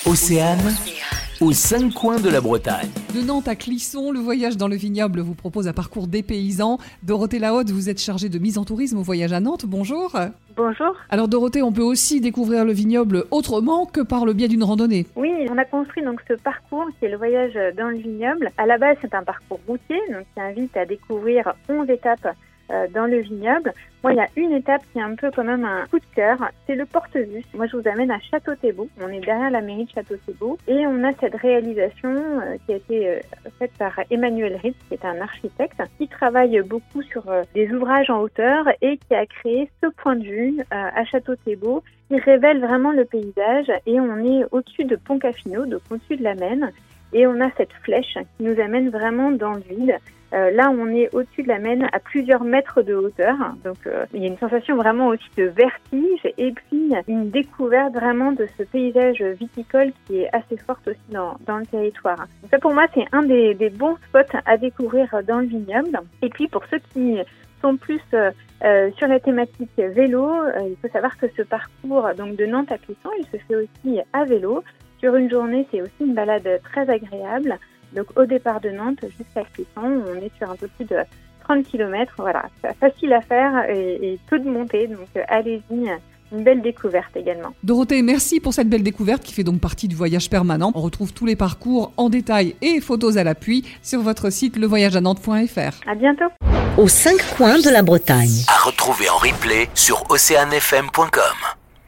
Océane, aux 5 coins de la Bretagne. De Nantes à Clisson, le voyage dans le vignoble vous propose un parcours dépaysant. Dorothée Lahaute, vous êtes chargée de mise en tourisme au voyage à Nantes. Bonjour. Bonjour. Alors Dorothée, on peut aussi découvrir le vignoble autrement que par le biais d'une randonnée. Oui, on a construit donc ce parcours qui est le voyage dans le vignoble. À la base, c'est un parcours routier, donc qui invite à découvrir 11 étapes dans le vignoble. Moi, il y a une étape qui est un peu quand même un coup de cœur, c'est le porte-vue. Moi, je vous amène à Château-Thébot. On est derrière la mairie de Château-Thébot et on a cette réalisation qui a été faite par Emmanuel Ritz, qui est un architecte, qui travaille beaucoup sur des ouvrages en hauteur et qui a créé ce point de vue à Château-Thébot qui révèle vraiment le paysage. Et on est au-dessus de Pont-Cafinot, donc au-dessus de la Maine, et on a cette flèche qui nous amène vraiment dans le vide. Là, on est au-dessus de la Maine à plusieurs mètres de hauteur. Donc, il y a une sensation vraiment aussi de vertige et puis une découverte vraiment de ce paysage viticole qui est assez forte aussi dans le territoire. Donc ça, pour moi, c'est un des bons spots à découvrir dans le vignoble. Et puis, pour ceux qui sont plus sur la thématique vélo, il faut savoir que ce parcours donc de Nantes à Clisson, il se fait aussi à vélo. Sur une journée, c'est aussi une balade très agréable. Donc au départ de Nantes jusqu'à Clisson, on est sur un peu plus de 30 km. Voilà, c'est facile à faire et peu de montée. Donc allez-y, une belle découverte également. Dorothée, merci pour cette belle découverte qui fait donc partie du voyage permanent. On retrouve tous les parcours en détail et photos à l'appui sur votre site levoyageanantes.fr. À bientôt. Aux 5 coins de la Bretagne. À retrouver en replay sur oceanfm.com.